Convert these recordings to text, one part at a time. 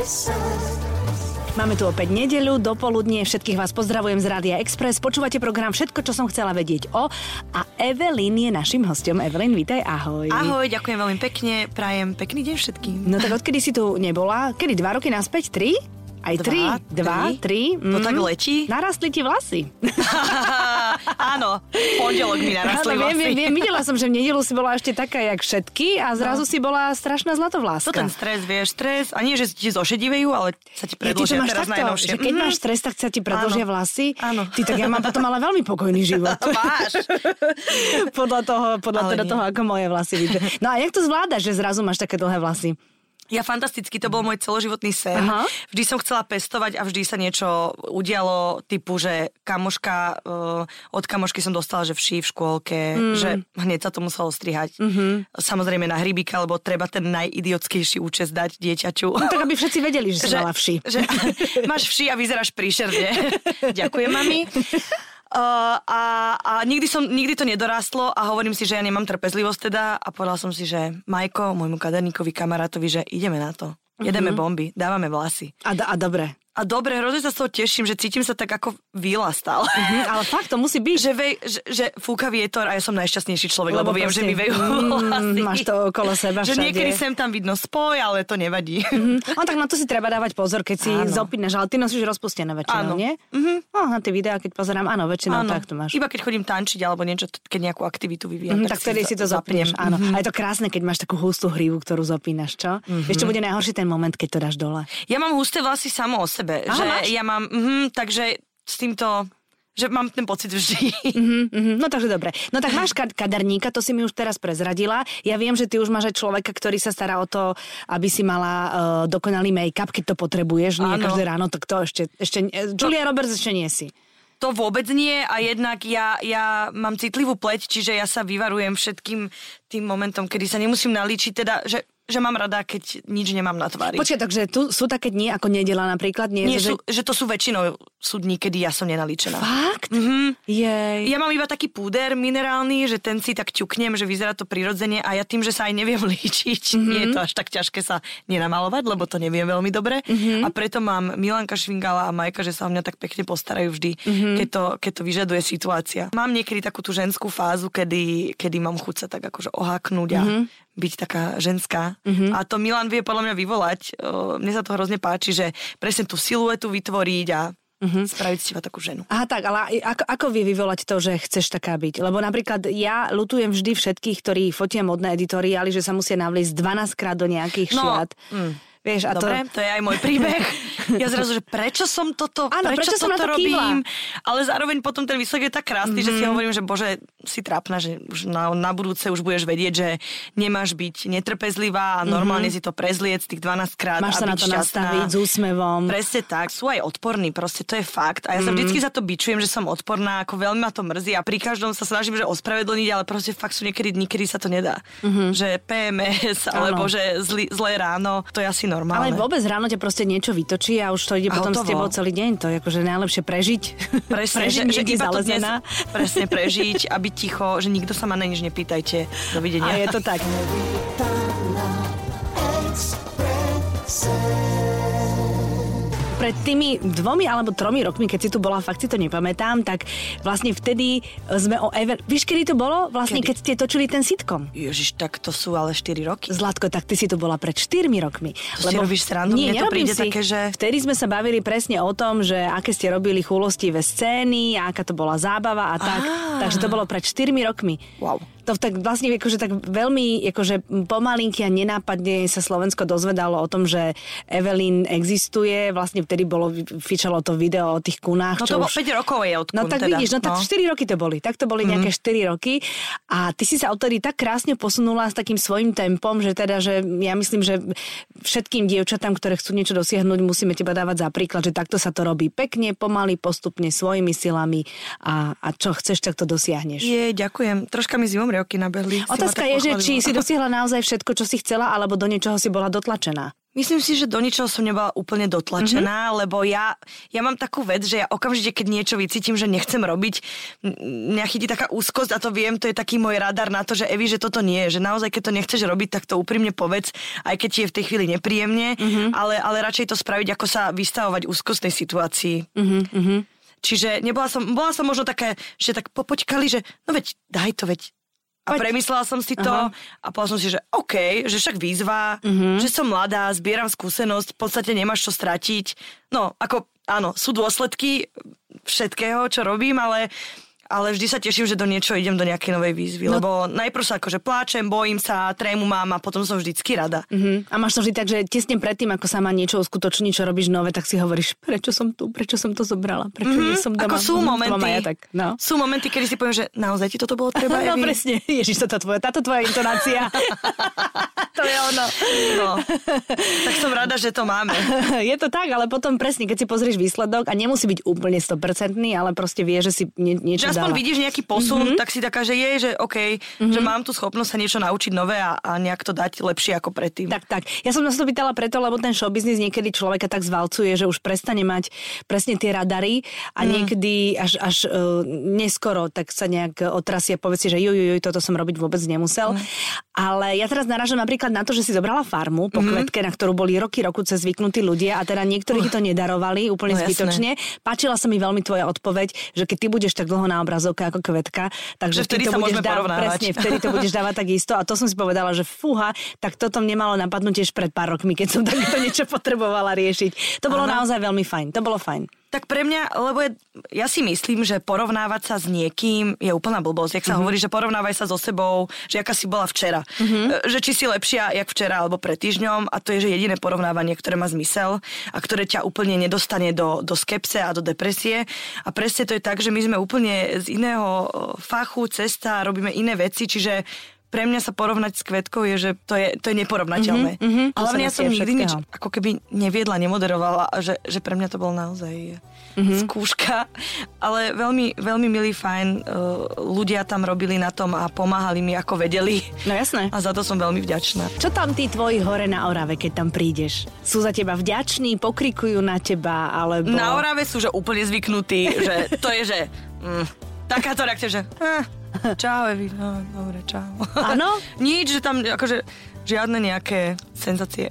Máme tu opäť nedeľu, dopoludnie, všetkých vás pozdravujem z Rádia Express. Počúvate program Všetko, čo som chcela vedieť o. A Evelyn je našim hosťom. Evelyn, vítaj, ahoj. Ahoj, ďakujem veľmi pekne, prajem pekný deň všetkým. No tak odkedy si tu nebola? Kedy, 2 roky naspäť? 3? Aj 3? 2, 3? To tak letí? Narastli ti vlasy. Áno, pondelok mi narastli vlasy. Viem, videla som, že v nedeľu si bola ešte taká, jak všetky a zrazu si bola strašná zlatovláska. To ten stres, vieš, a nie, že ti zošedivejú, ale sa ti predĺžia teraz najnovšie. Že keď máš stres, tak sa ti predĺžia vlasy. Áno. Ty, tak ja mám potom ale veľmi pokojný život. Máš. podľa toho, ako moje vlasy vyzerajú. No a jak to zvládaš, že zrazu máš také dlhé vlasy? Ja fantasticky, to bol môj celoživotný sen. Aha. Vždy som chcela pestovať a vždy sa niečo udialo, typu, že kamoška, od kamošky som dostala, že vší v škôlke, že hneď sa to muselo strihať. Samozrejme na hrybíka, lebo treba ten najidiotskejší účes dať dieťaťu. No tak, aby všetci vedeli, že si mala vší. Že máš vší a vyzeráš príšerne. Ďakujem, mami. A nikdy to nedorástlo a hovorím si, že ja nemám trpezlivosť teda a povedala som si, že Majko, môjmu kaderníkovi, kamarátovi, že ideme na to. Jedeme bomby, dávame vlasy. A dobre. A dobre, hrozne sa z toho teším, že cítim sa tak ako víla stále. Ale fakt, to musí byť. Že fúka vietor a ja som najšťastnejší človek, lebo viem, že mi vejú vlasy. Máš to okolo seba všade. Že niekedy sem tam vidno spoj, ale to nevadí. No tak na to si treba dávať pozor, keď si zopínaš, ale ty nosíš rozpustené väčšinou, nie? No, na tie videá, keď pozerám, áno, väčšinou tak to máš. Iba keď chodím tančiť alebo niečo, keď nejakú aktivitu vyvíjam, tak vtedy si to zopneš, áno. A je to krásne, keď máš takú hustú hrivu, ktorú zopínaš, čo? Ešte bude najhorší ten moment, keď to dáš dole. Ja mám husté vlasy samo o sebe, že ja mám, takže s týmto, že mám ten pocit vždy. No takže dobre. No tak máš kaderníka, to si mi už teraz prezradila. Ja viem, že ty už máš aj človeka, ktorý sa stará o to, aby si mala dokonalý make-up, keď to potrebuješ, nie každé ráno, tak to ešte Julia Roberts ešte nie si. To vôbec nie a jednak ja mám citlivú pleť, čiže ja sa vyvarujem všetkým tým momentom, kedy sa nemusím nalíčiť, teda, že mám rada, keď nič nemám na tvári. Počkaj, takže tu sú také dni ako nedeľa napríklad? Nie, že to sú väčšinou dní, kedy ja som nenalíčená. Fakt? Jej. Ja mám iba taký púder minerálny, že ten si tak ťuknem, že vyzerá to prirodzene a ja tým, že sa aj neviem líčiť, nie je to až tak ťažké sa nenamalovať, lebo to neviem veľmi dobre. A preto mám Milanka Švingala a Majka, že sa o mňa tak pekne postarajú vždy, keď to vyžaduje situácia. Mám niekedy takú tú ženskú fázu, kedy mám chuť sa tak akože oháknúť a byť taká ženská. A to Milan vie podľa mňa vyvolať. Mne sa to hrozne páči, že presne tú siluetu vytvoriť a spraviť z teba takú ženu. Aha, tak, ale ako vie vyvolať to, že chceš taká byť? Lebo napríklad ja ľutujem vždy všetkých, ktorí fotia modné editoriály, že sa musia navliesť 12 krát do nejakých šiat. Vieš, a dobre, to je aj môj príbeh. Ja zrazu, že prečo som toto, prečo toto robím? Ale zároveň potom ten výsledok je tak krásny, že si hovorím, že bože, si trápna, že už na budúce už budeš vedieť, že nemáš byť netrpezlivá a normálne si to prezliec tých 12 krát máš a sa byť na to šťastná. nastaviť s úsmevom. Presne tak. Sú aj odporní, proste to je fakt. A ja sa vždycky za to bičujem, že som odporná, ako veľmi ma to mrzí a pri každom sa snažím, že ospravedlniť, ale proste fakt sú niekedy dní, kedy sa to nedá. Že PMS alebo že zlé ráno, to je asi normálne. Ale vôbec ráno ťa proste niečo vytočí a už to ide potom s tebou celý deň. To je akože najlepšie prežiť. Presne, že iba to dnes presne prežiť a byť ticho, že nikto sa ma na nič nepýtajte. Dovidenia. A je to tak. Pred tými 2 alebo 3 rokmi, keď si tu bola, fakt si to nepamätám, tak vlastne vtedy sme o Vieš, kedy to bolo? Vlastne, keď ste točili ten sitcom. Ježiš, tak to sú ale 4 roky. Zlatko, tak ty si tu bola pred 4 rokmi. To si robíš srandu? Nie, mne to príde si. Také, že... Vtedy sme sa bavili presne o tom, že aké ste robili chúlostivé scény, aká to bola zábava a tak. Takže to bolo pred 4 rokmi. Wow. To tak vlastne akože tak veľmi akože pomalinky a nenápadne sa Slovensko dozvedalo o tom, že Evelyn existuje. Vlastne vtedy fičalo to video o tých kunách. No to bolo 5 rokov je od kun. No tak teda. vidíš, tak 4 roky to boli. Tak to boli nejaké 4 roky. A ty si sa odtedy tak krásne posunula s takým svojím tempom, že teda, že ja myslím, že všetkým dievčatám, ktoré chcú niečo dosiahnuť, musíme teba dávať za príklad, že takto sa to robí pekne, pomaly, postupne, svojimi silami a čo chceš, tak to dosiahneš. Ďakujem. Troška mi zimomrievky nabehli. Otázka je, že či si dosiahla naozaj všetko, čo si chcela, alebo do niečoho si bola dotlačená. Myslím si, že do ničoho som nebola úplne dotlačená, lebo ja mám takú vec, že ja okamžite, keď niečo vycítim, že nechcem robiť, mňa chytí taká úzkosť a to viem, to je taký môj radar na to, že Evi, že toto nie je, že naozaj, keď to nechceš robiť, tak to úprimne povedz, aj keď ti je v tej chvíli nepríjemne, ale radšej to spraviť, ako sa vystavovať úzkostnej situácii. Čiže bola som možno taká, že tak popoťkali, že no veď, daj to, veď. A premyslela som si to a povedala som si, že OK, že však výzva, že som mladá, zbieram skúsenosť, v podstate nemáš čo stratiť. No, ako áno, sú dôsledky všetkého, čo robím, ale vždy sa teším, že do niečo idem, do nejakej novej výzvy, lebo najprv sa akože pláčem, bojím sa, trému mám a potom som vždycky rada. A máš to vždy tak, že tesne predtým, ako sa má niečo uskutoční, čo robíš nové, tak si hovoríš, prečo som tu, prečo som to zobrala, prečo nie som doma. Ako sú momenty, ja tak, no. Sú momenty, kedy si poviem, že naozaj ti toto bolo treba, Evi? No presne, Ježiš, táto tvoja intonácia. To je ono. No, tak som rada, že to máme. Je to tak, ale potom presne, keď si pozrieš výsledok a nemusí byť úplne 100%, ale proste vie, že si niečo aspoň vidíš nejaký posun, tak si taká, že že OK, že mám tu schopnosť sa niečo naučiť nové a nejak to dať lepšie ako predtým. Tak. Ja som sa to pýtala preto, lebo ten showbiznis niekedy človeka tak zvalcuje, že už prestane mať presne tie radary a niekedy až neskoro tak sa nejak otrasie, povie si, že juj, toto som robiť vôbec nemusel. Ale ja teraz narážam napríklad na to, že si zobrala farmu po Kvetke, na ktorú boli roky cez zvyknutí ľudia a teda niektorí ti to nedarovali úplne zbytočne. Páčila sa mi veľmi tvoja odpoveď, že keď ty budeš tak dlho na obrazovke ako Kvetka, takže vtedy to budeš presne, vtedy to budeš dávať takisto a to som si povedala, že fúha, tak toto nemalo napadnúť tiež pred pár rokmi, keď som takéto niečo potrebovala riešiť. To bolo naozaj veľmi fajn, to bolo fajn. Tak pre mňa, lebo ja si myslím, že porovnávať sa s niekým je úplná blbosť. Jak sa hovorí, že porovnávaj sa so sebou, že aká si bola včera. Že či si lepšia jak včera alebo pred týždňom a to je, že jediné porovnávanie, ktoré má zmysel a ktoré ťa úplne nedostane do skepse a do depresie. A presne to je tak, že my sme úplne z iného fachu, cesta, robíme iné veci, čiže pre mňa sa porovnať s Kvetkou je, že to je neporovnateľné. Ale ja som nikdy nič ako keby neviedla, nemoderovala a že pre mňa to bol naozaj skúška. Ale veľmi, veľmi milý, fajn ľudia tam robili na tom a pomáhali mi ako vedeli. No jasné. A za to som veľmi vďačná. Čo tam tí tvoji hore na Orave, keď tam prídeš? Sú za teba vďační, pokrikujú na teba, alebo... Na Orave sú že úplne zvyknutí, že to je, že takáto reakcia, že čau, Evi, no, dobre, čau. Áno? Nič, že tam akože žiadne nejaké senzácie.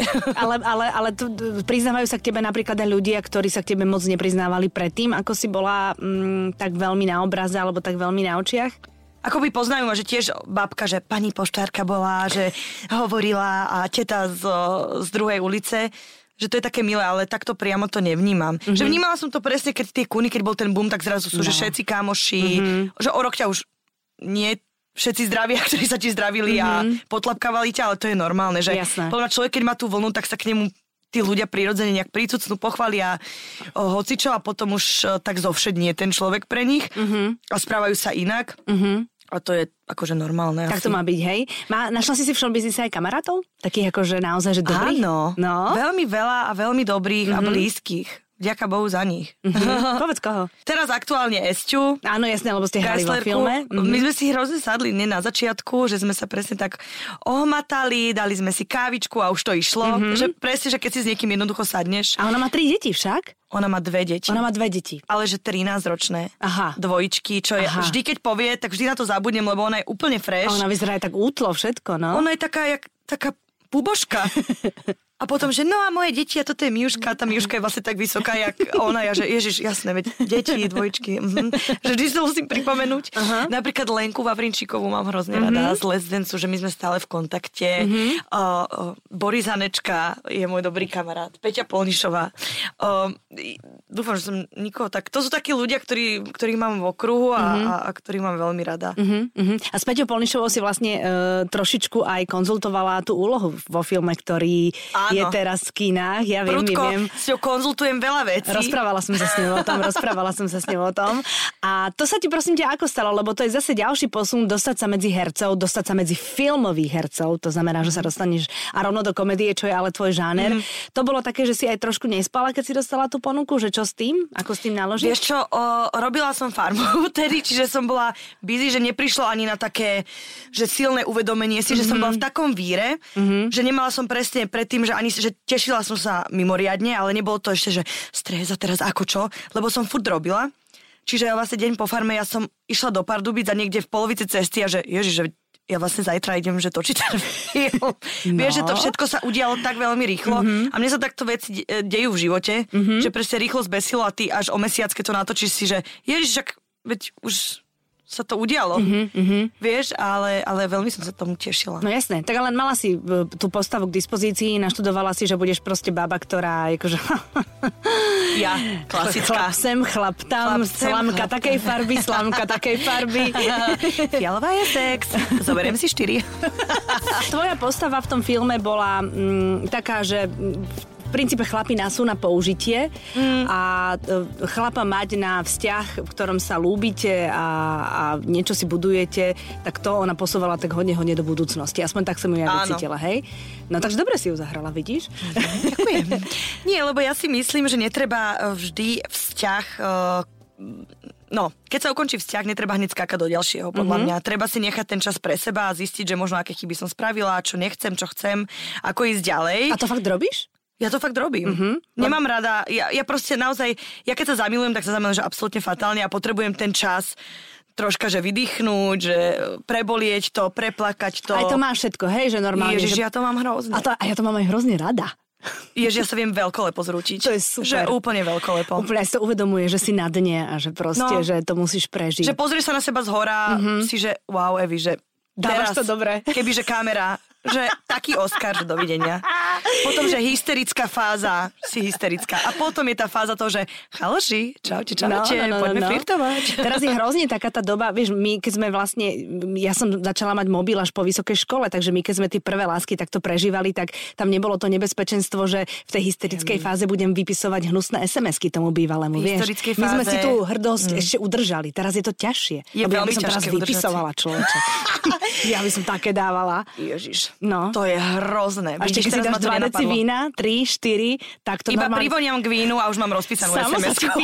Ale priznávajú sa k tebe napríklad aj ľudia, ktorí sa k tebe moc nepriznávali predtým, ako si bola tak veľmi na obraze alebo tak veľmi na očiach? Ako by poznajú ma, že tiež babka, že pani poštárka bola, že hovorila a teta z druhej ulice, že to je také milé, ale takto priamo to nevnímam. Že vnímala som to presne, keď tie kúny, keď bol ten boom, tak zrazu sú, že všetci kámoši, že o rok ťa už nie všetci zdravia, ktorí sa ti zdravili a potlapkávali ťa, ale to je normálne, že podľa človek, keď má tú vlnu, tak sa k nemu tí ľudia prirodzene nejak pricucnú, pochvália hocičo a potom už tak zovšednie ten človek pre nich a správajú sa inak. A to je akože normálne. Tak to má byť, hej? Našla si v showbiznise aj kamarátov? Takých akože naozaj, že dobrých? Áno, veľmi veľa a veľmi dobrých a blízkych. Vďaka Bohu za nich. Povedz koho? Teraz aktuálne Esťu. Áno, jasne, lebo ste hrali vo filme. My sme si hrozne sadli na začiatku, že sme sa presne tak ohmatali, dali sme si kávičku a už to išlo. Že presne, že keď si s niekým jednoducho sadneš. A ona má 3 deti však? Ona má 2 deti. Ona má 2 deti. Ale že 13-ročné. Aha. Dvojičky, čo je vždy, keď povie, tak vždy na to zabudnem, lebo ona je úplne fresh. A ona vyzerá aj tak útlo všetko, no. Ona je taká puboška. A potom, že no a moje deti, a toto je Miuška, tá Miuška je vlastne tak vysoká, jak ona, ja, že ježiš, jasné, veď deti, dvojčky. Že vždy sa musím pripomenúť. Napríklad Lenku Vavrinčíkovú mám hrozne rada z Let's Dance, že my sme stále v kontakte. Boris Hanečka je môj dobrý kamarát. Peťa Polnišová. Dúfam, že som nikoho tak... To sú takí ľudia, ktorých mám v okruhu a ktorých mám veľmi rada. A s Peťou Polnišovou si vlastne trošičku aj konzultovala tú úlohu vo filme, ktorý je teraz v kinách. Ja viem, Prudko, s ňou konzultujem veľa vecí. Rozprávala som sa s ňou o tom. A to sa ti prosím ťa ako stalo, lebo to je zase ďalší posun dostať sa medzi hercov, dostať sa medzi filmových hercov. To znamená, že sa dostaneš a rovno do komédie, čo je ale tvoj žáner. To bolo také, že si aj trošku nespala, keď si dostala tú ponuku, že čo s tým? Ako s tým naložiť? Vieš čo, robila som farmu tedy, čiže som bola busy, že neprišlo ani na také, že silné uvedomenie si, že som bola v takom víre, že nemala som presne predtým, že ani, že tešila som sa mimoriadne, ale nebolo to ešte, že stres a teraz ako čo, lebo som furt robila. Čiže ja vlastne deň po farme, ja som išla do Pardubic a niekde v polovici cesty a že ježiš, že ja vlastne zajtra idem, že točiť ten film. Vieš, že to všetko sa udialo tak veľmi rýchlo a mne sa takto veci dejú v živote, že presne rýchlo zbesilo a ty až o mesiac, keď to natočíš si, že ježiš, však veď už sa to udialo. Vieš, ale veľmi som sa tomu tešila. No jasné, tak ale mala si tú postavu k dispozícii, naštudovala si, že budeš proste baba, ktorá akože... Ja, klasická. Chlap sem, chlap tam, slámka takej farby, slámka takej farby. Fialová je sex. Zoberiem si 4. Tvoja postava v tom filme bola taká, že v princípe chlapina sú na použitie a chlapa mať na vzťah, v ktorom sa ľúbite a niečo si budujete, tak to ona posúvala tak hodne do budúcnosti. Aspoň tak som ju ja vycítila, hej? No takže dobre si ju zahrala, vidíš? Ďakujem. Nie, lebo ja si myslím, že netreba vždy vzťah... No, keď sa ukončí vzťah, netreba hneď skákať do ďalšieho, podľa mňa. Treba si nechať ten čas pre seba a zistiť, že možno aké chyby som spravila, čo nechcem, čo chcem, ako ísť ďalej. A to fakt robíš? Ja to fakt robím. Nemám rada, ja proste naozaj, ja keď sa zamilujem, tak sa zamilujem, že absolútne fatálne a potrebujem ten čas troška, že vydýchnúť, že prebolieť to, preplakať to. Aj to máš všetko, hej, že normálne. Ježiš, ja to mám hrozne. A ja to mám aj hrozne rada. Ježiš, ja sa viem veľkolepo zrútiť. To je super. Že úplne veľkolepo. Úplne si to uvedomuje, že si na dne a že proste, že to musíš prežiť. Že pozrieš sa na seba zhora, si, že wow, Evi, že dávaš to dobre. Kebyže kamera, že taký Oscar, že dovidenia. Potom, že hysterická fáza, si hysterická. A potom je tá fáza toho, že chaloši, čaute, poďme flirtovať. Teraz je hrozne taká tá doba, vieš, my keď sme vlastne, ja som začala mať mobil až po vysokej škole, takže my keď sme tie prvé lásky takto prežívali, tak tam nebolo to nebezpečenstvo, že v tej hysterickej fáze budem vypisovať hnusné SMS-ky tomu bývalému, vieš. My sme si tú hrdosť ešte udržali, teraz je to ťažšie. Je veľmi som teraz vypisovala človeče. Ja by som také dávala. Ježiš. No. To je hrozné. A ešte keď si dáš 2 deci vína, 3, 4, tak to iba normálne... privoniam k vínu a už mám rozpísanú SMS-ku.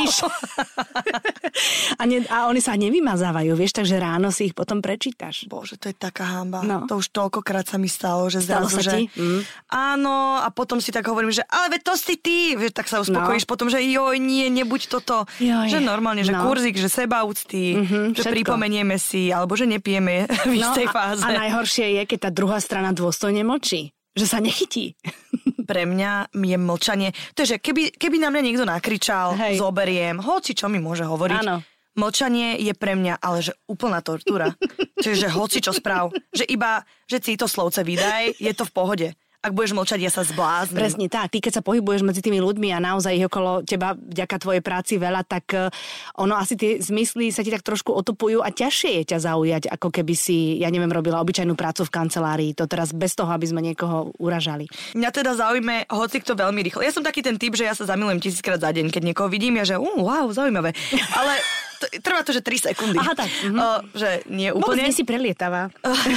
A oni sa nevymazávajú, vieš, takže ráno si ich potom prečítaš. Bože, to je taká hanba. No. To už toľkokrát sa mi stalo, že zrazu, že... Áno, a potom si tak hovorím, že ale veď to si ty. Vieš, tak sa uspokojíš potom, že joj, nie, nebuď toto. Že normálne, že kurzík, že sebaúcty, že pripomenieme si, alebo že nepijeme v istej fáze. A najhoršie je, keď tá druhá strana dôstojne mlčí. Že sa nechytí. Pre mňa je mlčanie. To je, že keby na mňa niekto nakričal, zoberiem, hoci čo mi môže hovoriť. Áno. Mlčanie je pre mňa, ale že úplná tortúra. Čiže hoci čo správ. Že iba, že cítoslovce vydaj, je to v pohode. Ak budeš mlčať, ja sa zbláznim. Presne tak. Ty, keď sa pohybuješ medzi tými ľuďmi a naozaj ich okolo teba vďaka tvojej práci veľa, tak ono asi tie zmysly sa ti tak trošku otupujú a ťažšie je ťa zaujať, ako keby si, ja neviem, robila obyčajnú prácu v kancelárii. To teraz bez toho, aby sme niekoho uražali. Mňa teda zaujme hocikto veľmi rýchlo. Ja som taký ten typ, že ja sa zamilujem 1000-krát za deň, keď niekoho vidím, ja že wow, zaujímavé. Ale trvá to, že 3 sekundy. Aha, tak. Že nie úplne. Moc si prelietava.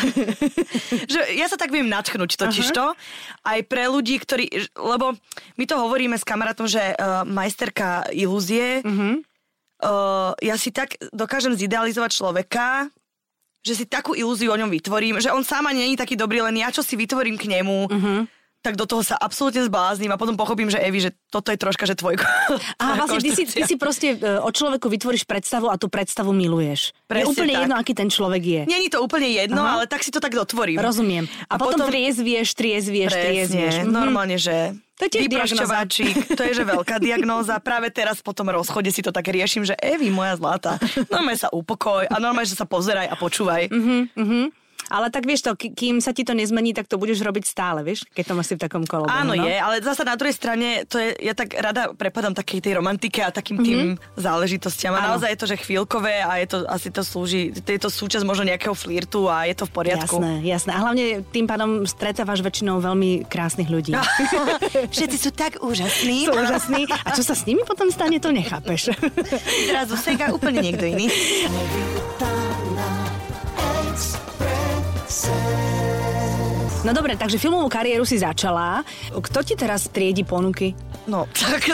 Že ja sa tak viem nadchnúť totižto. Aj pre ľudí, ktorí... Lebo my to hovoríme s kamarátom, že majsterka ilúzie. Ja si tak dokážem zidealizovať človeka, že si takú ilúziu o ňom vytvorím, že on sám nie je taký dobrý, len ja čo si vytvorím k nemu... tak do toho sa absolútne zblázním a potom pochopím, že Evi, že toto je troška, že tvoj a vlastne ty si proste o človeku vytvoríš predstavu a tú predstavu miluješ. Presne je úplne tak. jedno, aký ten človek je. Nie je to úplne jedno, ale tak si to tak dotvorím. Rozumiem. A potom triezvieš. Normálne, že to je tiež vyprašťováčik, to je, že veľká diagnóza. Práve teraz po tom rozchode si to tak riešim, že Evi, moja zlatá, normálne sa upokoj a normálne, že sa pozeraj a počúvaj. Ale tak vieš to, kým sa ti to nezmení, tak to budeš robiť stále, vieš? Keď to máš si v takom kolobu. Áno, je, ale zasa na druhej strane, to je, ja tak rada prepadám takej tej romantike a takým tým záležitostiam. A naozaj je to, že chvíľkové a je to, asi to slúži, je to súčasť možno nejakého flirtu a je to v poriadku. Jasné. A hlavne tým pádom stretávaš väčšinou veľmi krásnych ľudí. Všetci sú tak úžasní. Sú úžasní. A čo sa s nimi potom stane, to nechápeš. Zrazu seka úplne niekto iný. No dobre, takže filmovú kariéru si začala. Kto ti teraz triedi ponuky? No, tak...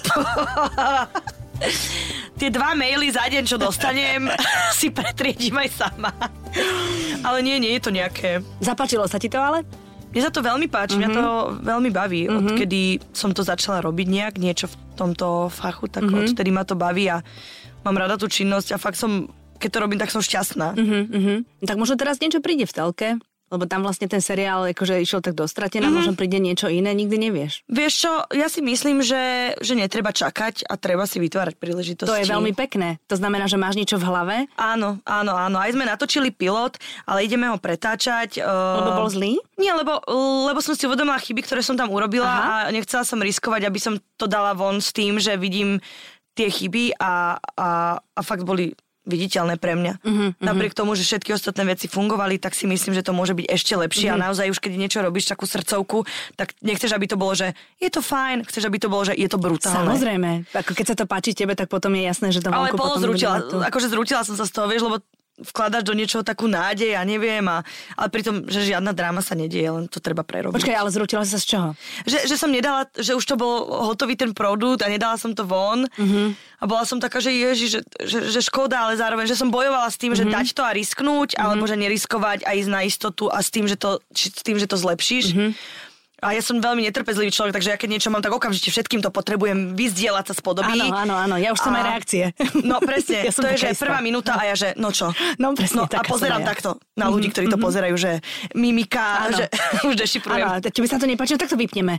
Tie 2 maily za deň, čo dostanem, si pretriedím aj sama. Ale nie je to nejaké... Zapáčilo sa ti to ale? Mne sa to veľmi páči, mňa to veľmi baví. Odkedy som to začala robiť nejak, niečo v tomto fachu, tak odtedy ma to baví a mám rada tú činnosť a fakt keď to robím, tak som šťastná. Tak možno teraz niečo príde v telke? Lebo tam vlastne ten seriál akože išiel tak dostratená, možno príde niečo iné, nikdy nevieš. Vieš čo, ja si myslím, že netreba čakať a treba si vytvárať príležitosti. To je veľmi pekné. To znamená, že máš niečo v hlave? Áno. Aj sme natočili pilot, ale ideme ho pretáčať. Lebo bol zlý? Nie, lebo som si uvedomila chyby, ktoré som tam urobila a nechcela som riskovať, aby som to dala von s tým, že vidím tie chyby a fakt boli viditeľné pre mňa. Napriek tomu, že všetky ostatné veci fungovali, tak si myslím, že to môže byť ešte lepšie a naozaj už keď niečo robíš takú srdcovku, tak nechceš, aby to bolo, že je to fajn, chceš, aby to bolo, že je to brutálne. Samozrejme, ako keď sa to páči tebe, tak potom je jasné, že to vonku potom zrútila som sa z toho, vieš, lebo vkladaš do niečoho takú nádej a neviem, ale pritom, že žiadna dráma sa nedieje, len to treba prerobiť. Počkaj, ale zrútila sa z čoho? Že som nedala, že už to bol hotový ten produkt a nedala som to von a bola som taká, že ježi, že škoda, ale zároveň, že som bojovala s tým, že dať to a risknúť, alebo že neriskovať a ísť na istotu a s tým, že to zlepšíš. A ja som veľmi netrpezlivý človek, takže ja keď niečo mám, tak okamžite všetkým to potrebujem vyzdieľať sa spodobí. Áno, ja už som aj reakcie. No presne, ja to je, že prvá minúta a ja, že no čo? No presne, a pozerám takto na ľudí, ktorí to pozerajú, že mimika, že už dešifrujem. Áno, či by sa to nepáčilo, tak to vypneme.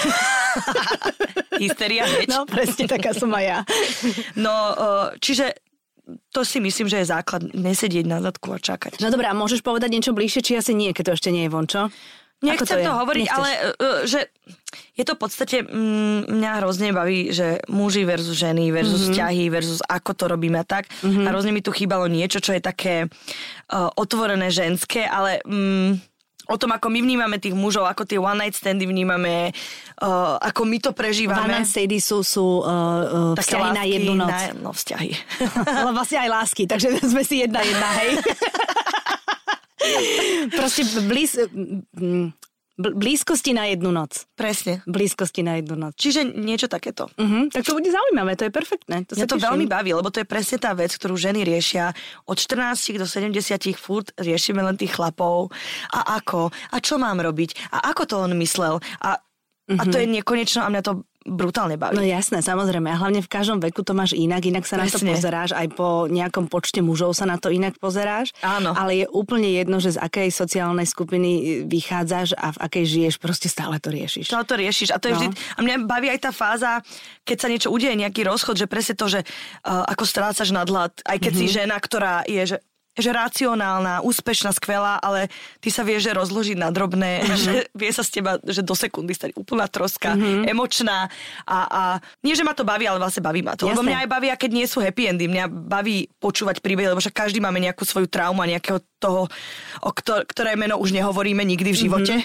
Hysteria, heč. No presne, taká som aj ja. No, čiže to si myslím, že je základ, nesedieť na zadku a čakať. No dobré, a môžeš povedať niečo bližšie, či asi nie, keď to ešte nie je von, čo? Nechcem to hovoriť, ale že je to v podstate, mňa hrozne baví, že muži versus ženy, versus vzťahy, versus ako to robíme a tak. A hrozne mi tu chýbalo niečo, čo je také otvorené ženské, ale o tom, ako my vnímame tých mužov, ako tie one night standy vnímame, ako my to prežívame. One night standy sú vzťahy na jednu noc. No vzťahy. Ale vlastne aj lásky, takže sme si jedna, hej. Proste blízkosti na jednu noc. Presne. Blízkosti na jednu noc. Čiže niečo takéto. Tak to bude zaujímavé, to je perfektné. Mňa to veľmi baví, lebo to je presne tá vec, ktorú ženy riešia od 14 do 70 furt riešime len tých chlapov. A ako? A čo mám robiť? A ako to on myslel? A to je nekonečno a mňa to brutálne baví. No jasné, samozrejme. A hlavne v každom veku to máš inak sa na to pozeráš. Aj po nejakom počte mužov sa na to inak pozeráš. Áno. Ale je úplne jedno, že z akej sociálnej skupiny vychádzaš a v akej žiješ, proste stále to riešiš. Stále to riešiš. A to je vždy. A mňa baví aj tá fáza, keď sa niečo udeje, nejaký rozchod, že presne to, že ako strácaš nadhľad, aj keď si žena, ktorá je, že racionálna, úspešná, skvelá, ale ty sa vieš, že rozložiť na drobné, že vie sa z teba, že do sekundy stať úplná troska, emočná a nie, že ma to baví, ale vlastne baví ma to. Jasne. Lebo mňa aj baví, keď nie sú happy endy. Mňa baví počúvať príbehy, lebo však každý máme nejakú svoju traumu a nejakého toho, ktoré meno už nehovoríme nikdy v živote.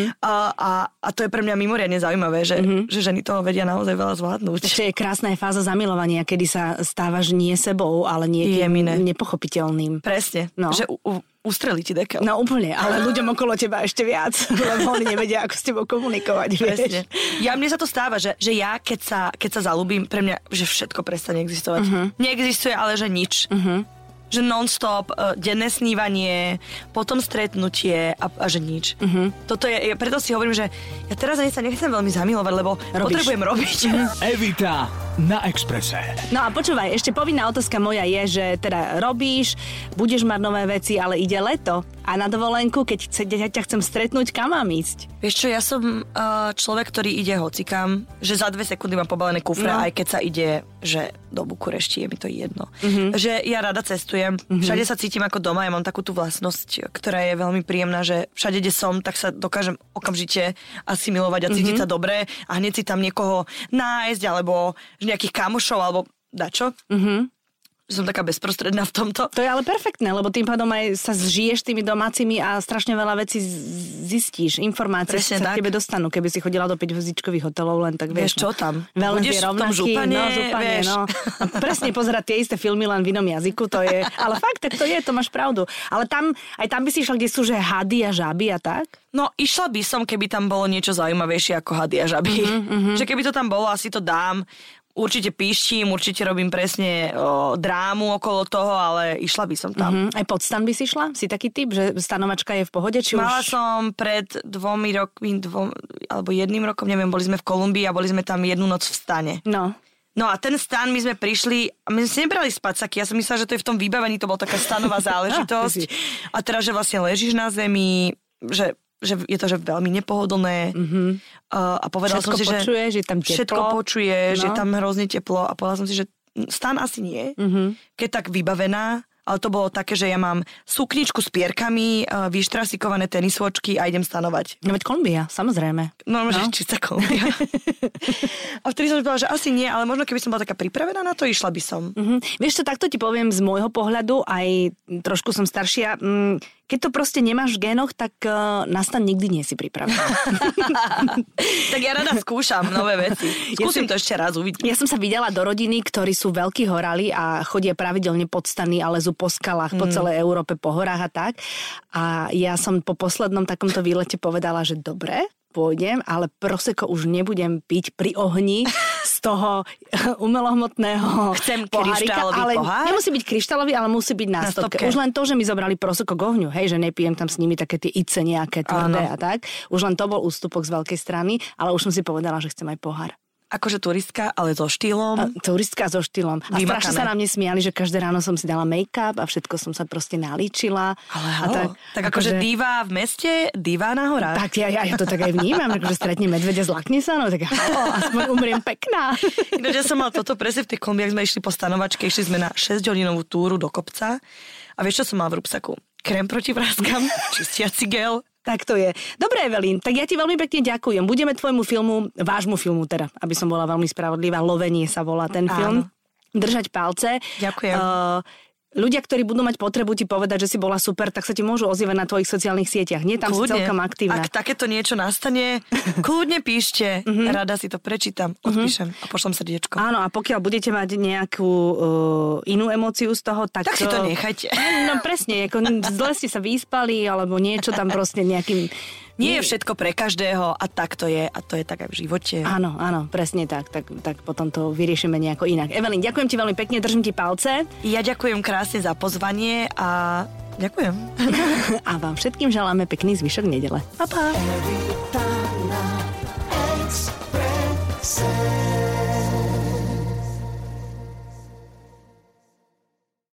A to je pre mňa mimoriadne zaujímavé, že ženy toho vedia naozaj veľa zvládnuť. Ešte je krásna fáza zamilovania, kedy sa stávaš nie sebou, ale niekým nepochopiteľným. Presne, no. Že ustrelí ti dekel. No úplne, ale ľuďom okolo teba ešte viac, lebo oni nevedia, ako s tebou komunikovať. Presne. Mne sa to stáva, že ja keď sa zalúbim, pre mňa, že všetko prestane existovať. Neexistuje, ale že nič. Že non-stop, denné snívanie, potom stretnutie a že nič. Toto je, preto si hovorím, že ja teraz sa nechcem veľmi zamilovať, lebo potrebujem robiť. Evita na Expresse. No a počúvaj, ešte povinná otázka moja je, že teda robíš, budeš mať nové veci, ale ide leto a na dovolenku, keď ťa chcem stretnúť, kam mám ísť? Vieš čo, ja som človek, ktorý ide hocikam, že za 2 sekundy mám pobalené kufre, aj keď sa ide, že do Bukurešti, je mi to jedno. Že ja rada cestujem, všade sa cítim ako doma, ja mám takú tú vlastnosť, ktorá je veľmi príjemná, že všade, kde som, tak sa dokážem okamžite asimilovať a cítiť sa dobre a hneď si tam niekoho nájsť, alebo nejakých kamošov, alebo dačo. Som taká bezprostredná v tomto. To je ale perfektné, lebo tým pádom aj sa zžiješ tými domácimi a strašne veľa vecí zistíš, informácie sa k tebe dostanú. Keby si chodila do 5-hviezdičkových hotelov, len tak vieš. Čo tam? Budeš v tom župane, vieš. No. Presne pozerať tie isté filmy len v inom jazyku, to je, ale fakt, tak to je, to máš pravdu. Ale tam by si išla, kde sú, že hady a žaby a tak? No, išla by som, keby tam bolo niečo zaujímavejšie ako hady a žaby. Že keby to tam bolo, asi to dám. určite píštim, určite robím presne drámu okolo toho, ale išla by som tam. Aj pod stan by si šla? Si taký typ, že stanovačka je v pohode? Či Mala už... som pred 2 rokmi, alebo 1 rokom, neviem, boli sme v Kolumbii a boli sme tam 1 noc v stane. No a ten stan, my sme prišli a my sme si nebrali spacaky. Ja som myslela, že to je v tom vybavení, to bola taká stanová záležitosť. A teraz, že vlastne ležíš na zemi, že je to že veľmi nepohodlné. A povedala som si, že počuješ, že tam teplo. Všetko počuješ, že tam hrozne teplo. A povedala som si, že stan asi nie. Keď tak vybavená, ale to bolo také, že ja mám sukničku s pierkami, vyštrasikované tenisôčky a idem stanovať. No veď Kolumbia, samozrejme. No, čistá Kolumbia. A vtedy som povedala, že asi nie, ale možno keby som bola taká pripravená na to, išla by som. Vieš čo, takto ti poviem z môjho pohľadu, aj trošku som staršia, keď to proste nemáš v génoch, tak na stan nikdy nie si pripravená. Tak ja rada skúšam nové veci. Skúsim to ešte raz, uvidím. Ja som sa videla do rodiny, ktorí sú veľkí horali a chodia pravidelne pod stany a lezú po skalách po celej Európe, po horách a tak. A ja som po poslednom takomto výlete povedala, že dobre, pôjdem, ale prosecco už nebudem piť pri ohni z toho umelohmotného Chcem pohárika, ale pohár? nemusí byť kryštálový, ale musí byť na stopke. Už len to, že mi zobrali prosecco k ohňu, hej, že nepijem tam s nimi také tie ice nejaké tvrdé a tak. Už len to bol ústupok z veľkej strany, ale už som si povedala, že chcem aj pohár. Akože turistka, ale so štýlom. Turistka so štýlom. A strašne sa na mne smiali, že každé ráno som si dala make-up a všetko som sa proste nalíčila. Ale tak akože diva v meste, diva na horách. Tak ja to tak aj vnímam, akože stretne medvedia, zlakne sa, no tak aspoň umriem pekná. Ináč ja som mal toto presne v tej Kolumbii, ak sme išli po stanovačke, išli sme na 6-hodinovú túru do kopca. A vieš, čo som mal v rúbsaku? Krém proti vrástkam, čistiaci gel. Tak to je. Dobre, Evelyn, tak ja ti veľmi pekne ďakujem. Budeme vášmu filmu teda, aby som bola veľmi spravodlivá, Lovenie sa volá ten film. Držať palce. Ďakujem. Ľudia, ktorí budú mať potrebu ti povedať, že si bola super, tak sa ti môžu ozývať na tvojich sociálnych sieťach. Nie, tam si celkom aktívna. Ak takéto niečo nastane, kľudne píšte. Rada si to prečítam, odpíšem a pošlem srdiečko. Áno, a pokiaľ budete mať nejakú inú emóciu z toho, tak si to nechajte. No presne, ako zle ste sa vyspali, alebo niečo tam proste nejakým... Nie je všetko pre každého a tak to je. A to je tak aj v živote. Áno, presne tak. Tak potom to vyriešime nejako inak. Evelyn, ďakujem ti veľmi pekne, držím ti palce. Ja ďakujem krásne za pozvanie a ďakujem. A vám všetkým želáme pekný zvyšok nedele. Pa, pa.